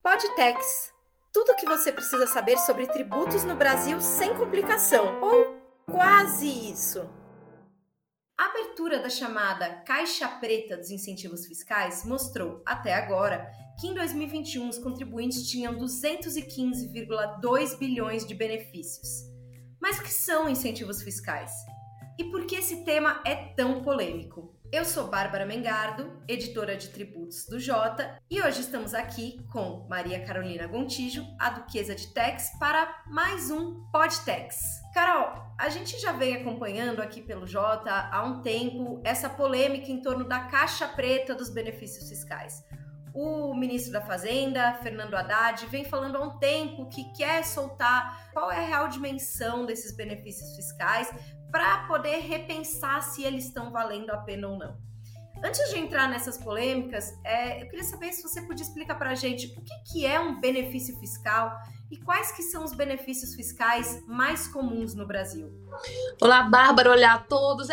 Podtex. Tudo o que você precisa saber sobre tributos no Brasil sem complicação, ou quase isso. A abertura da chamada Caixa Preta dos incentivos fiscais mostrou, até agora, que em 2021 os contribuintes tinham 215,2 bilhões de benefícios. Mas o que são incentivos fiscais? E por que esse tema é tão polêmico? Eu sou Bárbara Mengardo, editora de tributos do Jota, e hoje estamos aqui com Maria Carolina Gontijo, a Duquesa de Tex, para mais um Podtex. Carol, a gente já vem acompanhando aqui pelo Jota há um tempo essa polêmica em torno da caixa preta dos benefícios fiscais. O ministro da Fazenda, Fernando Haddad, vem falando há um tempo que quer soltar qual é a real dimensão desses benefícios fiscais para poder repensar se eles estão valendo a pena ou não. Antes de entrar nessas polêmicas, eu queria saber se você podia explicar para a gente o que é um benefício fiscal e quais que são os benefícios fiscais mais comuns no Brasil. Olá, Bárbara, olá a todos.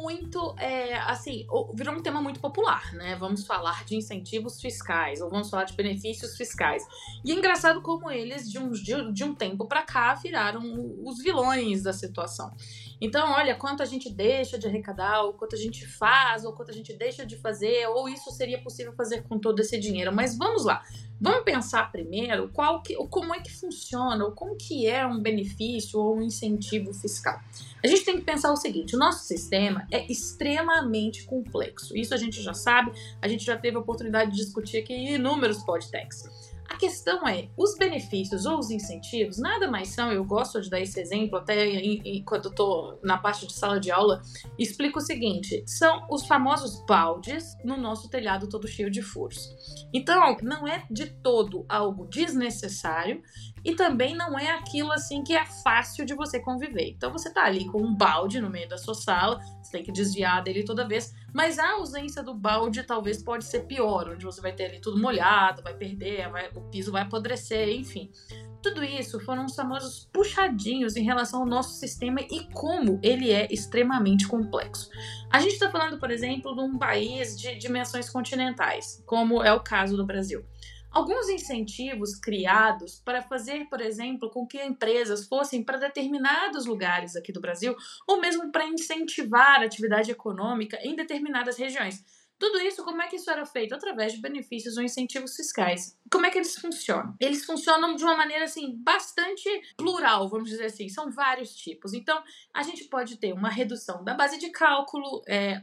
Virou um tema muito popular, né? Vamos falar de incentivos fiscais, ou vamos falar de benefícios fiscais. E é engraçado como eles, de um tempo para cá, viraram os vilões da situação. Então, olha, quanto a gente deixa de arrecadar, ou quanto a gente faz, ou quanto a gente deixa de fazer, ou isso seria possível fazer com todo esse dinheiro. Mas vamos lá. Vamos pensar primeiro como é que funciona, ou como que é um benefício ou um incentivo fiscal. A gente tem que pensar o seguinte: o nosso sistema é extremamente complexo. Isso a gente já sabe, a gente já teve a oportunidade de discutir aqui em inúmeros podcasts. A questão é, os benefícios ou os incentivos nada mais são, eu gosto de dar esse exemplo até quando eu estou na parte de sala de aula, explico o seguinte: são os famosos baldes no nosso telhado todo cheio de furos. Então, não é de todo algo desnecessário e também não é aquilo assim que é fácil de você conviver. Então você tá ali com um balde no meio da sua sala, você tem que desviar dele toda vez, mas a ausência do balde talvez pode ser pior, onde você vai ter ali tudo molhado, vai perder, o piso vai apodrecer, enfim. Tudo isso foram os famosos puxadinhos em relação ao nosso sistema e como ele é extremamente complexo. A gente está falando, por exemplo, de um país de dimensões continentais, como é o caso do Brasil. Alguns incentivos criados para fazer, por exemplo, com que empresas fossem para determinados lugares aqui do Brasil, ou mesmo para incentivar a atividade econômica em determinadas regiões. Tudo isso, como é que isso era feito? Através de benefícios ou incentivos fiscais. Como é que eles funcionam? Eles funcionam de uma maneira assim, bastante plural, vamos dizer assim. São vários tipos. Então, a gente pode ter uma redução da base de cálculo,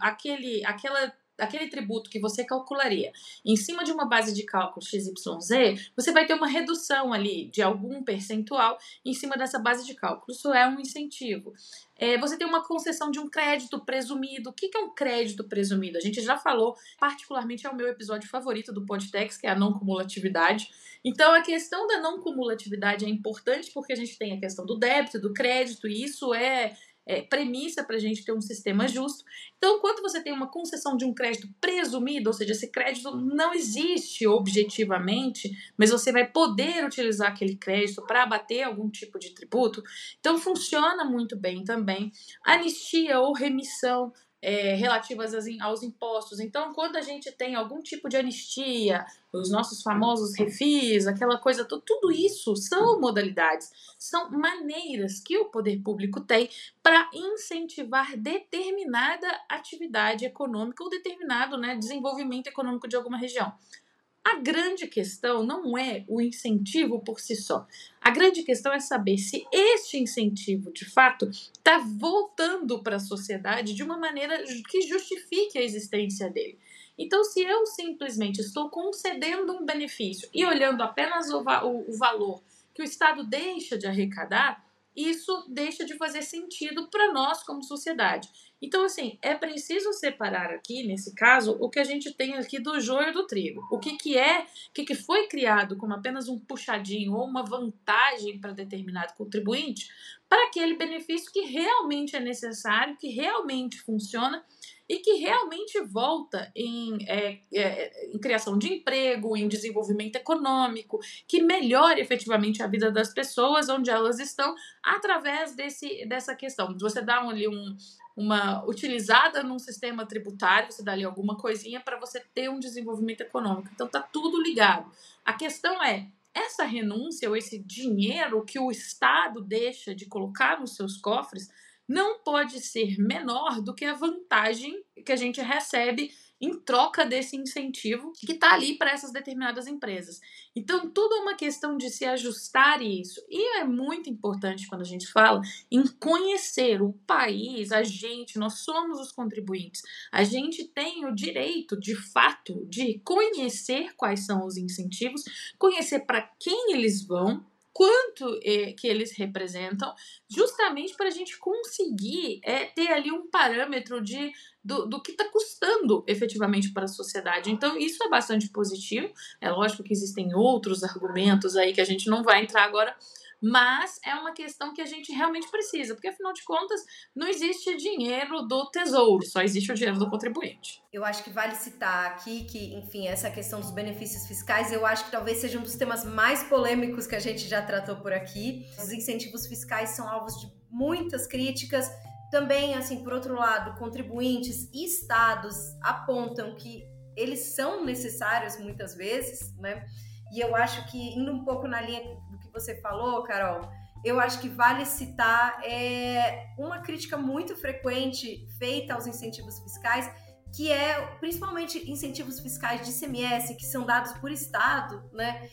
aquele tributo que você calcularia em cima de uma base de cálculo XYZ, você vai ter uma redução ali de algum percentual em cima dessa base de cálculo. Isso é um incentivo. Você tem uma concessão de um crédito presumido. O que é um crédito presumido? A gente já falou, particularmente é o meu episódio favorito do Podtex, que é a não cumulatividade. Então, a questão da não cumulatividade é importante porque a gente tem a questão do débito, do crédito, e isso é premissa para a gente ter um sistema justo. Então, quando você tem uma concessão de um crédito presumido, ou seja, esse crédito não existe objetivamente, mas você vai poder utilizar aquele crédito para abater algum tipo de tributo, então funciona muito bem também. Anistia ou remissão relativas aos impostos. Então, quando a gente tem algum tipo de anistia, os nossos famosos refis, aquela coisa, tudo isso são modalidades, são maneiras que o poder público tem para incentivar determinada atividade econômica ou determinado desenvolvimento econômico de alguma região. A grande questão não é o incentivo por si só. A grande questão é saber se este incentivo, de fato, está voltando para a sociedade de uma maneira que justifique a existência dele. Então, se eu simplesmente estou concedendo um benefício e olhando apenas o valor que o Estado deixa de arrecadar, isso deixa de fazer sentido para nós como sociedade. Então, assim, é preciso separar aqui, nesse caso, o que a gente tem aqui do joio do trigo. O que foi criado como apenas um puxadinho ou uma vantagem para determinado contribuinte, para aquele benefício que realmente é necessário, que realmente funciona e que realmente volta em criação de emprego, em desenvolvimento econômico, que melhore efetivamente a vida das pessoas onde elas estão através dessa questão. Você dá ali uma utilizada num sistema tributário, você dá ali alguma coisinha para você ter um desenvolvimento econômico. Então tá tudo ligado. A questão é essa renúncia ou esse dinheiro que o Estado deixa de colocar nos seus cofres não pode ser menor do que a vantagem que a gente recebe em troca desse incentivo que está ali para essas determinadas empresas. Então, tudo é uma questão de se ajustar isso. E é muito importante quando a gente fala em conhecer o país, a gente, nós somos os contribuintes. A gente tem o direito, de fato, de conhecer quais são os incentivos, conhecer para quem eles vão, quanto que eles representam, justamente para a gente conseguir ter ali um parâmetro do que está custando efetivamente para a sociedade. Então, isso é bastante positivo. É lógico que existem outros argumentos aí que a gente não vai entrar agora, mas é uma questão que a gente realmente precisa, porque afinal de contas não existe dinheiro do tesouro, só existe o dinheiro do contribuinte. Eu acho que vale citar aqui que, enfim, essa questão dos benefícios fiscais, eu acho que talvez seja um dos temas mais polêmicos que a gente já tratou por aqui. Os incentivos fiscais são alvos de muitas críticas. Também, assim, por outro lado, contribuintes e estados apontam que eles são necessários muitas vezes, né? E eu acho que, indo um pouco na linha do que você falou, Carol, eu acho que vale citar uma crítica muito frequente feita aos incentivos fiscais, que é principalmente incentivos fiscais de ICMS, que são dados por estado, né?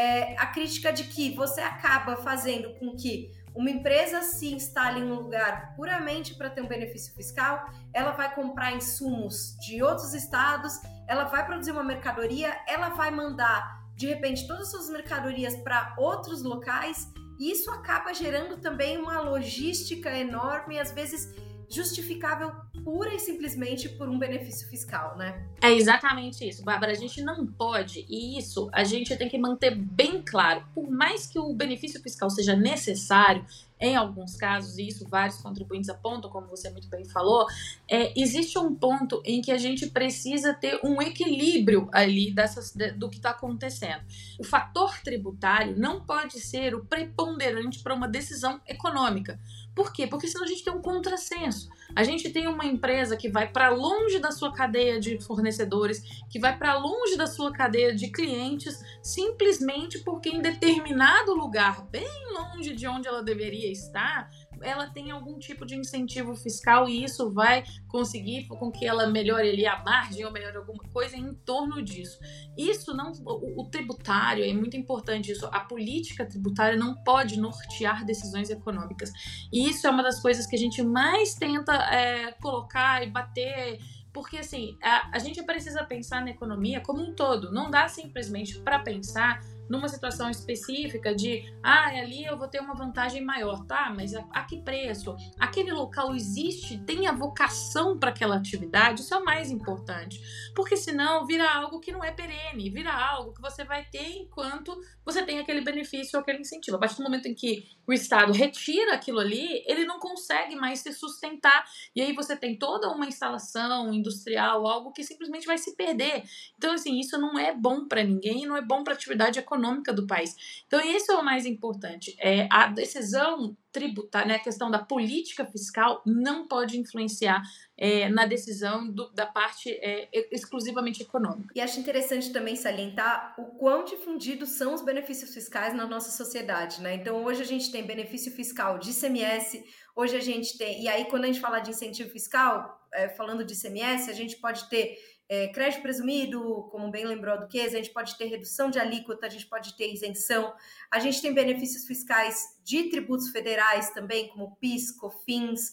A crítica de que você acaba fazendo com que uma empresa se instale em um lugar puramente para ter um benefício fiscal, ela vai comprar insumos de outros estados, ela vai produzir uma mercadoria, ela vai mandar, de repente, todas as suas mercadorias para outros locais, e isso acaba gerando também uma logística enorme, às vezes justificável pura e simplesmente por um benefício fiscal, né? É exatamente isso, Bárbara. A gente não pode, e isso a gente tem que manter bem claro. Por mais que o benefício fiscal seja necessário, em alguns casos, e isso vários contribuintes apontam, como você muito bem falou, existe um ponto em que a gente precisa ter um equilíbrio ali do que está acontecendo. O fator tributário não pode ser o preponderante para uma decisão econômica. Por quê? Porque senão a gente tem um contrassenso. A gente tem uma empresa que vai para longe da sua cadeia de fornecedores, que vai para longe da sua cadeia de clientes, simplesmente porque em determinado lugar, bem longe de onde ela deveria estar, ela tem algum tipo de incentivo fiscal e isso vai conseguir com que ela melhore ali a margem ou melhore alguma coisa em torno disso. Isso não, o tributário, é muito importante isso, a política tributária não pode nortear decisões econômicas. E isso é uma das coisas que a gente mais tenta colocar e bater, porque assim, a gente precisa pensar na economia como um todo, não dá simplesmente para pensar numa situação específica de, ali eu vou ter uma vantagem maior, tá? Mas a que preço? Aquele local existe, tem a vocação para aquela atividade? Isso é o mais importante. Porque senão vira algo que não é perene, vira algo que você vai ter enquanto você tem aquele benefício ou aquele incentivo. A partir do momento em que o Estado retira aquilo ali, ele não consegue mais se sustentar. E aí você tem toda uma instalação industrial, algo que simplesmente vai se perder. Então, assim, isso não é bom para ninguém, não é bom para a atividade econômica do país. Então, isso é o mais importante. A decisão tributária, né, a questão da política fiscal não pode influenciar na decisão da parte exclusivamente econômica. E acho interessante também salientar o quão difundidos são os benefícios fiscais na nossa sociedade, né? Então, hoje a gente tem benefício fiscal de ICMS, hoje a gente tem... E aí, quando a gente fala de incentivo fiscal, falando de ICMS, a gente pode ter crédito presumido, como bem lembrou a Duquesa, a gente pode ter redução de alíquota, a gente pode ter isenção, a gente tem benefícios fiscais de tributos federais também, como PIS, COFINS,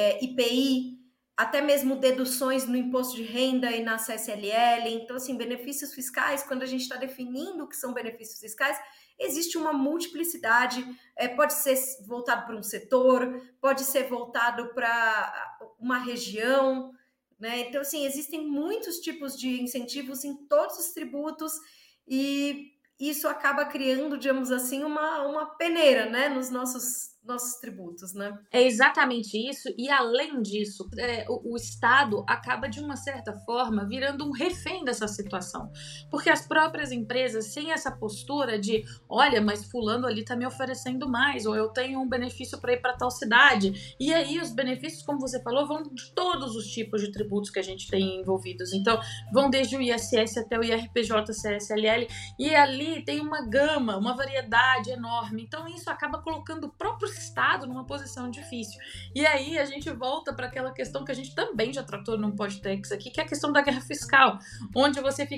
IPI, até mesmo deduções no imposto de renda e na CSLL. Então, assim, benefícios fiscais, quando a gente está definindo o que são benefícios fiscais, existe uma multiplicidade, pode ser voltado para um setor, pode ser voltado para uma região, né? Então, assim, existem muitos tipos de incentivos em todos os tributos e isso acaba criando, digamos assim, uma peneira, né, nos nossos nossos tributos, né? É exatamente isso, e além disso, o Estado acaba, de uma certa forma, virando um refém dessa situação. Porque as próprias empresas, sem essa postura de, olha, mas fulano ali está me oferecendo mais, ou eu tenho um benefício para ir para tal cidade. E aí os benefícios, como você falou, vão de todos os tipos de tributos que a gente tem envolvidos. Então, vão desde o ISS até o IRPJ, CSLL, e ali tem uma gama, uma variedade enorme. Então, isso acaba colocando o próprio Estado numa posição difícil. E aí a gente volta para aquela questão que a gente também já tratou num podcast aqui, que é a questão da guerra fiscal, onde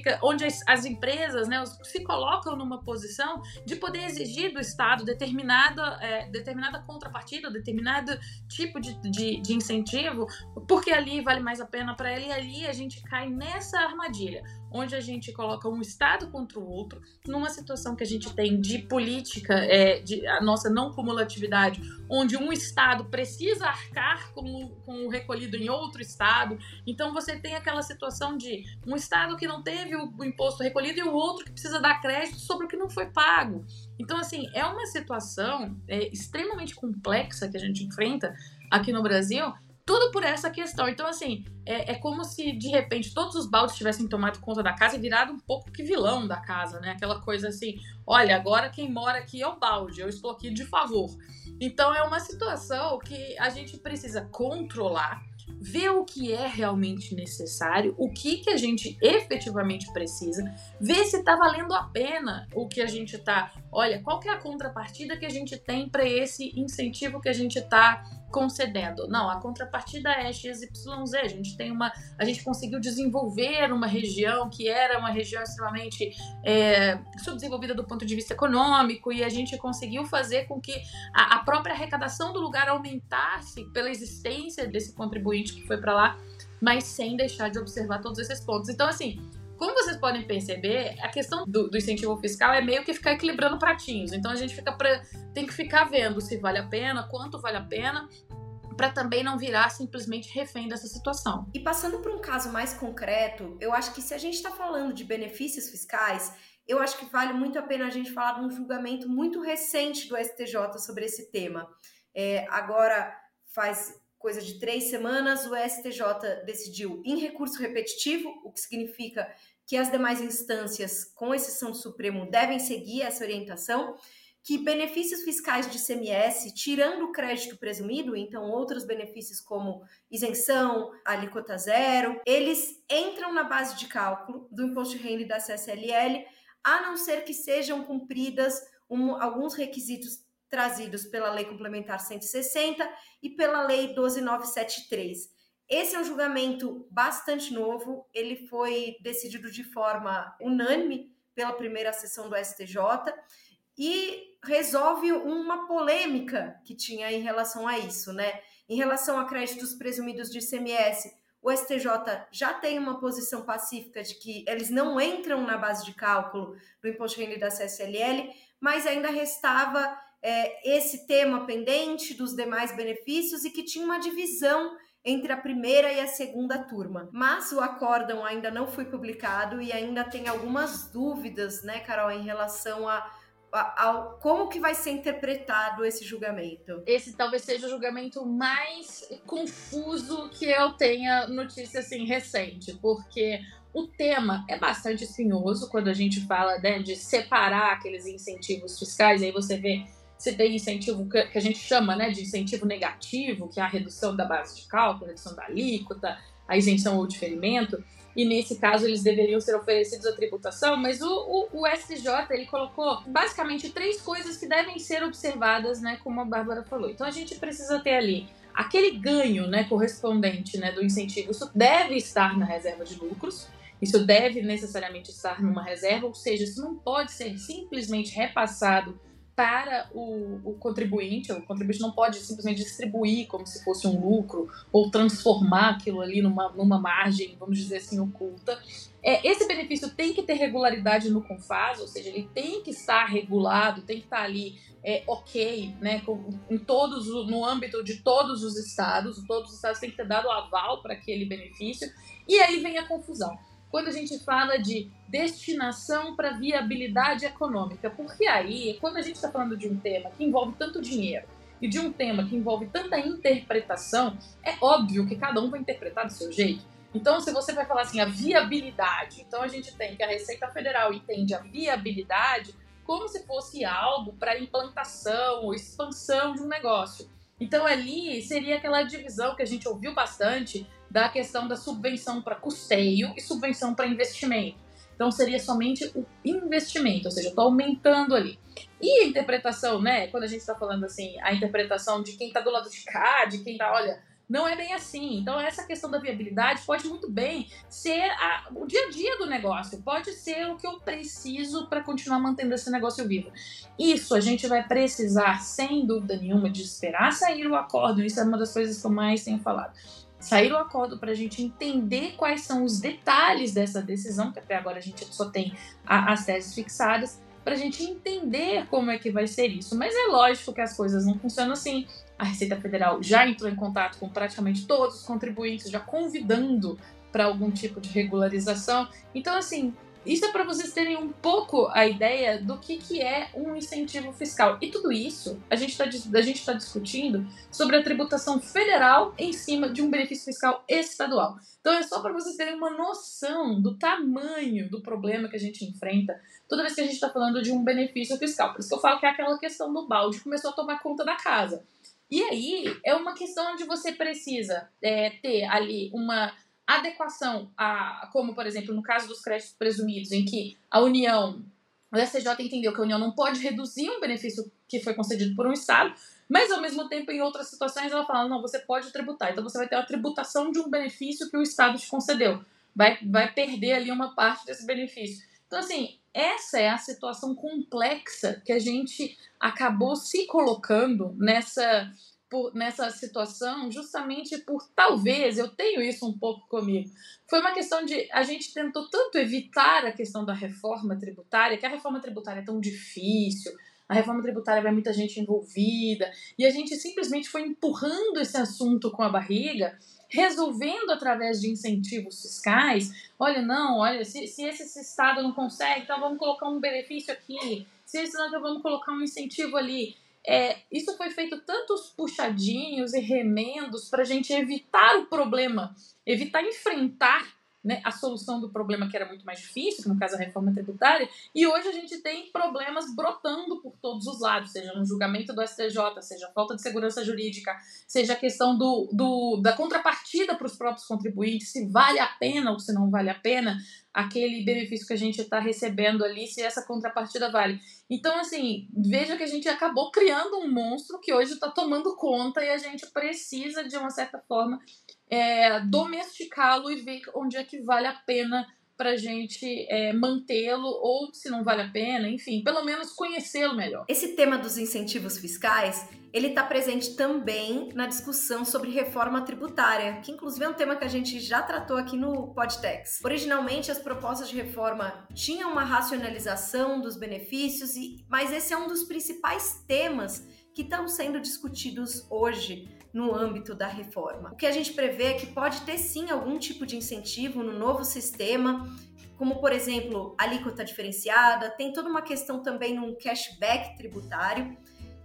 as empresas, né, se colocam numa posição de poder exigir do Estado determinada contrapartida, determinado tipo de incentivo, porque ali vale mais a pena para ele, e ali a gente cai nessa armadilha, onde a gente coloca um Estado contra o outro, numa situação que a gente tem de política, de a nossa não cumulatividade, onde um Estado precisa arcar com o recolhido em outro Estado. Então você tem aquela situação de um Estado que não teve o imposto recolhido e o outro que precisa dar crédito sobre o que não foi pago. Então, assim, é uma situação extremamente complexa que a gente enfrenta aqui no Brasil, tudo por essa questão. Então, assim, é como se, de repente, todos os baldes tivessem tomado conta da casa e virado um pouco que vilão da casa, né? Aquela coisa assim, olha, agora quem mora aqui é o balde, eu estou aqui de favor. Então, é uma situação que a gente precisa controlar, ver o que é realmente necessário, o que a gente efetivamente precisa, ver se está valendo a pena o que a gente está... Olha, qual que é a contrapartida que a gente tem para esse incentivo que a gente está concedendo? Não, a contrapartida é XYZ. A gente conseguiu desenvolver uma região que era uma região extremamente subdesenvolvida do ponto de vista econômico, e a gente conseguiu fazer com que a própria arrecadação do lugar aumentasse pela existência desse contribuinte que foi para lá, mas sem deixar de observar todos esses pontos. Então, assim, como vocês podem perceber, a questão do incentivo fiscal é meio que ficar equilibrando pratinhos. Então, a gente tem que ficar vendo se vale a pena, quanto vale a pena, para também não virar simplesmente refém dessa situação. E passando por um caso mais concreto, eu acho que se a gente está falando de benefícios fiscais, eu acho que vale muito a pena a gente falar de um julgamento muito recente do STJ sobre esse tema. Agora, faz coisa de 3 semanas, o STJ decidiu em recurso repetitivo, o que significa que as demais instâncias, com exceção do Supremo, devem seguir essa orientação, que benefícios fiscais de ICMS, tirando o crédito presumido, então outros benefícios como isenção, alíquota zero, eles entram na base de cálculo do imposto de renda e da CSLL, a não ser que sejam cumpridas alguns requisitos trazidos pela Lei Complementar 160 e pela Lei 12.973. Esse é um julgamento bastante novo, ele foi decidido de forma unânime pela primeira sessão do STJ e resolve uma polêmica que tinha em relação a isso, né? Em relação a créditos presumidos de ICMS, o STJ já tem uma posição pacífica de que eles não entram na base de cálculo do imposto de renda e da CSLL, mas ainda restava esse tema pendente dos demais benefícios e que tinha uma divisão entre a primeira e a segunda turma. Mas o acórdão ainda não foi publicado e ainda tem algumas dúvidas, né, Carol, em relação ao como que vai ser interpretado esse julgamento. Esse talvez seja o julgamento mais confuso que eu tenha notícia assim recente, porque o tema é bastante espinhoso quando a gente fala, né, de separar aqueles incentivos fiscais. Aí você tem incentivo que a gente chama, né, de incentivo negativo, que é a redução da base de cálculo, a redução da alíquota, a isenção ou diferimento, e nesse caso eles deveriam ser oferecidos à tributação, mas o STJ ele colocou basicamente 3 coisas que devem ser observadas, né, como a Bárbara falou. Então a gente precisa ter ali aquele ganho, né, correspondente, né, do incentivo. Isso deve estar na reserva de lucros, isso deve necessariamente estar numa reserva, ou seja, isso não pode ser simplesmente repassado para o contribuinte. O contribuinte não pode simplesmente distribuir como se fosse um lucro ou transformar aquilo ali numa margem, vamos dizer assim, oculta. Esse benefício tem que ter regularidade no CONFAS, ou seja, ele tem que estar regulado, tem que estar ali ok, né, no âmbito de todos os estados têm que ter dado aval para aquele benefício, e aí vem a confusão. Quando a gente fala de destinação para viabilidade econômica, porque aí, quando a gente está falando de um tema que envolve tanto dinheiro, e de um tema que envolve tanta interpretação, é óbvio que cada um vai interpretar do seu jeito. Então, se você vai falar assim, a viabilidade, então a gente tem que a Receita Federal entende a viabilidade como se fosse algo para implantação ou expansão de um negócio. Então, ali seria aquela divisão que a gente ouviu bastante da questão da subvenção para custeio e subvenção para investimento. Então, seria somente o investimento, ou seja, eu estou aumentando ali. E a interpretação, né? Quando a gente está falando assim, a interpretação de quem está do lado de cá, de quem está, olha, não é bem assim. Então, essa questão da viabilidade pode muito bem ser o dia a dia do negócio. Pode ser o que eu preciso para continuar mantendo esse negócio vivo. Isso a gente vai precisar, sem dúvida nenhuma, de esperar sair o acordo. Isso é uma das coisas que eu mais tenho falado. Sair o acordo para a gente entender quais são os detalhes dessa decisão, que até agora a gente só tem as teses fixadas, para a gente entender como é que vai ser isso. Mas é lógico que as coisas não funcionam assim. A Receita Federal já entrou em contato com praticamente todos os contribuintes, já convidando para algum tipo de regularização. Então, assim, isso é para vocês terem um pouco a ideia do que é um incentivo fiscal. E tudo isso a gente está discutindo sobre a tributação federal em cima de um benefício fiscal estadual. Então é só para vocês terem uma noção do tamanho do problema que a gente enfrenta toda vez que a gente está falando de um benefício fiscal. Por isso que eu falo que é aquela questão do balde que começou a tomar conta da casa. E aí é uma questão onde você precisa ter ali uma adequação como, por exemplo, no caso dos créditos presumidos, em que o STJ entendeu que a União não pode reduzir um benefício que foi concedido por um Estado, mas, ao mesmo tempo, em outras situações, ela fala, não, você pode tributar. Então, você vai ter a tributação de um benefício que o Estado te concedeu. Vai perder ali uma parte desse benefício. Então, assim, essa é a situação complexa que a gente acabou se colocando nessa situação, justamente por, talvez, eu tenho isso um pouco comigo, foi uma questão de, a gente tentou tanto evitar a questão da reforma tributária, que a reforma tributária é tão difícil, a reforma tributária vai muita gente envolvida, e a gente simplesmente foi empurrando esse assunto com a barriga, resolvendo através de incentivos fiscais, se esse Estado não consegue, então vamos colocar um benefício aqui, se esse não, então vamos colocar um incentivo ali. Isso foi feito tantos puxadinhos e remendos para a gente evitar o problema, evitar enfrentar, né, a solução do problema que era muito mais difícil, que no caso a reforma tributária, e hoje a gente tem problemas brotando por todos os lados, seja no julgamento do STJ, seja a falta de segurança jurídica, seja a questão da contrapartida para os próprios contribuintes, se vale a pena ou se não vale a pena aquele benefício que a gente está recebendo ali, se essa contrapartida vale. Então, assim, veja que a gente acabou criando um monstro que hoje está tomando conta e a gente precisa, de uma certa forma, domesticá-lo e ver onde é que vale a pena para a gente mantê-lo, ou se não vale a pena, enfim, pelo menos conhecê-lo melhor. Esse tema dos incentivos fiscais, ele está presente também na discussão sobre reforma tributária, que inclusive é um tema que a gente já tratou aqui no Podtex. Originalmente, as propostas de reforma tinham uma racionalização dos benefícios, mas esse é um dos principais temas que estão sendo discutidos hoje no âmbito da reforma. O que a gente prevê é que pode ter sim algum tipo de incentivo no novo sistema, como, por exemplo, alíquota diferenciada, tem toda uma questão também no cashback tributário.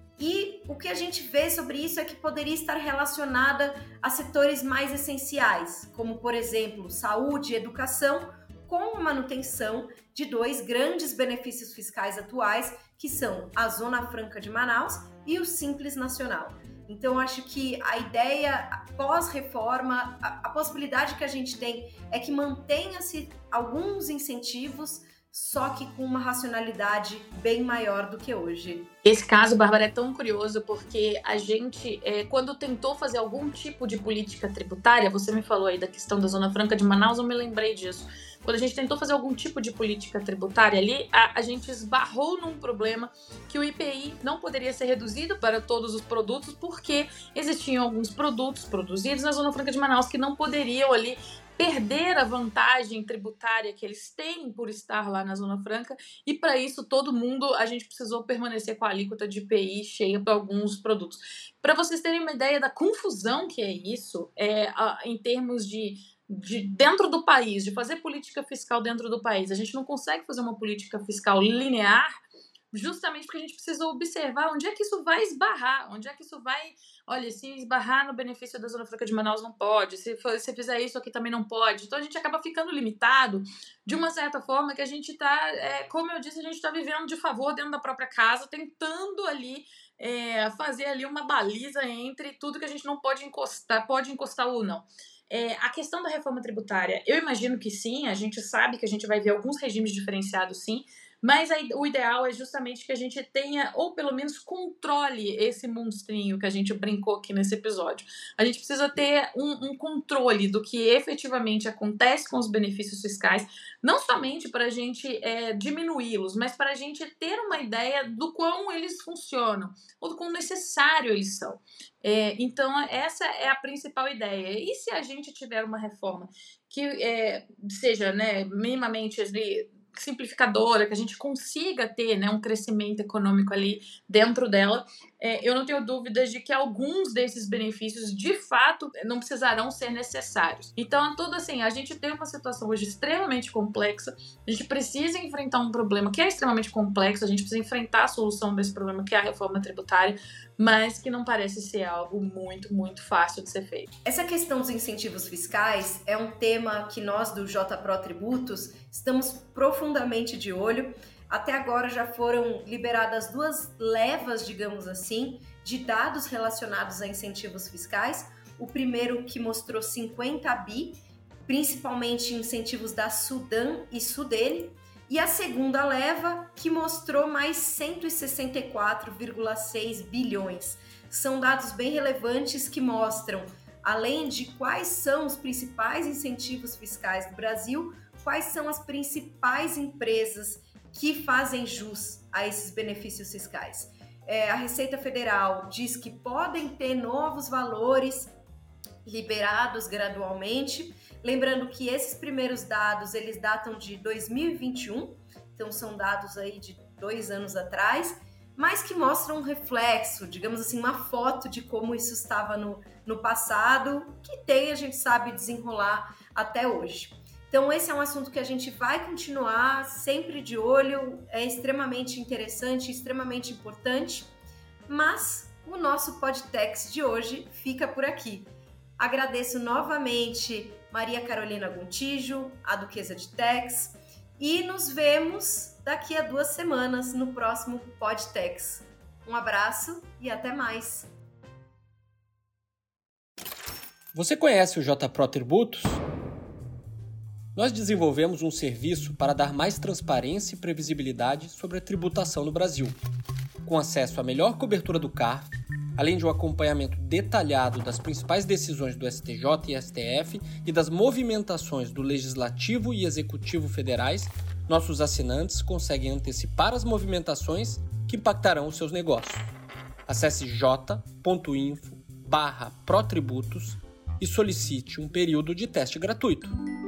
E o que a gente vê sobre isso é que poderia estar relacionada a setores mais essenciais, como, por exemplo, saúde e educação, com a manutenção de dois grandes benefícios fiscais atuais, que são a Zona Franca de Manaus e o Simples Nacional. Então, acho que a ideia pós-reforma, a possibilidade que a gente tem é que mantenha-se alguns incentivos, só que com uma racionalidade bem maior do que hoje. Esse caso, Bárbara, é tão curioso porque a gente, quando tentou fazer algum tipo de política tributária, você me falou aí da questão da Zona Franca de Manaus, eu me lembrei disso. Quando a gente tentou fazer algum tipo de política tributária ali, a gente esbarrou num problema que o IPI não poderia ser reduzido para todos os produtos, porque existiam alguns produtos produzidos na Zona Franca de Manaus que não poderiam ali perder a vantagem tributária que eles têm por estar lá na Zona Franca, e para isso a gente precisou permanecer com a alíquota de IPI cheia para alguns produtos. Para vocês terem uma ideia da confusão que é isso, em termos de dentro do país, de fazer política fiscal dentro do país, a gente não consegue fazer uma política fiscal linear, justamente porque a gente precisa observar onde é que isso vai esbarrar, onde é que isso vai... Olha, se esbarrar no benefício da Zona Franca de Manaus não pode, se fizer isso aqui também não pode. Então a gente acaba ficando limitado de uma certa forma que a gente está, como eu disse, a gente está vivendo de favor dentro da própria casa, tentando ali fazer ali uma baliza entre tudo que a gente não pode encostar ou não. A questão da reforma tributária, eu imagino que sim, a gente sabe que a gente vai ver alguns regimes diferenciados sim, mas o ideal é justamente que a gente tenha, ou pelo menos controle esse monstrinho que a gente brincou aqui nesse episódio. A gente precisa ter um controle do que efetivamente acontece com os benefícios fiscais, não somente para a gente diminuí-los, mas para a gente ter uma ideia do quão eles funcionam, ou do quão necessário eles são. Então, essa é a principal ideia. E se a gente tiver uma reforma que seja minimamente simplificadora, que a gente consiga ter um crescimento econômico ali dentro dela, eu não tenho dúvidas de que alguns desses benefícios, de fato, não precisarão ser necessários. Então, tudo assim, a gente tem uma situação hoje extremamente complexa, a gente precisa enfrentar um problema que é extremamente complexo, a gente precisa enfrentar a solução desse problema, que é a reforma tributária, mas que não parece ser algo muito, muito fácil de ser feito. Essa questão dos incentivos fiscais é um tema que nós do JPRO Tributos estamos profundamente de olho. Até agora já foram liberadas 2 levas, digamos assim, de dados relacionados a incentivos fiscais. O primeiro que mostrou 50 bi, principalmente incentivos da Sudan e Sudene. E a segunda leva que mostrou mais 164,6 bilhões. São dados bem relevantes que mostram, além de quais são os principais incentivos fiscais do Brasil, quais são as principais empresas que fazem jus a esses benefícios fiscais. A Receita Federal diz que podem ter novos valores liberados gradualmente, lembrando que esses primeiros dados, eles datam de 2021, então são dados aí de 2 anos atrás, mas que mostram um reflexo, digamos assim, uma foto de como isso estava no passado, que a gente sabe desenrolar até hoje. Então, esse é um assunto que a gente vai continuar sempre de olho, é extremamente interessante, extremamente importante, mas o nosso Podtex de hoje fica por aqui. Agradeço novamente Maria Carolina Gontijo, a Duquesa de Tex, e nos vemos daqui a 2 semanas no próximo Podtex. Um abraço e até mais! Você conhece o JPRO Tributos? Nós desenvolvemos um serviço para dar mais transparência e previsibilidade sobre a tributação no Brasil, com acesso à melhor cobertura do CARF, além de um acompanhamento detalhado das principais decisões do STJ e STF e das movimentações do Legislativo e Executivo federais. Nossos assinantes conseguem antecipar as movimentações que impactarão os seus negócios. Acesse j.info/protributos e solicite um período de teste gratuito.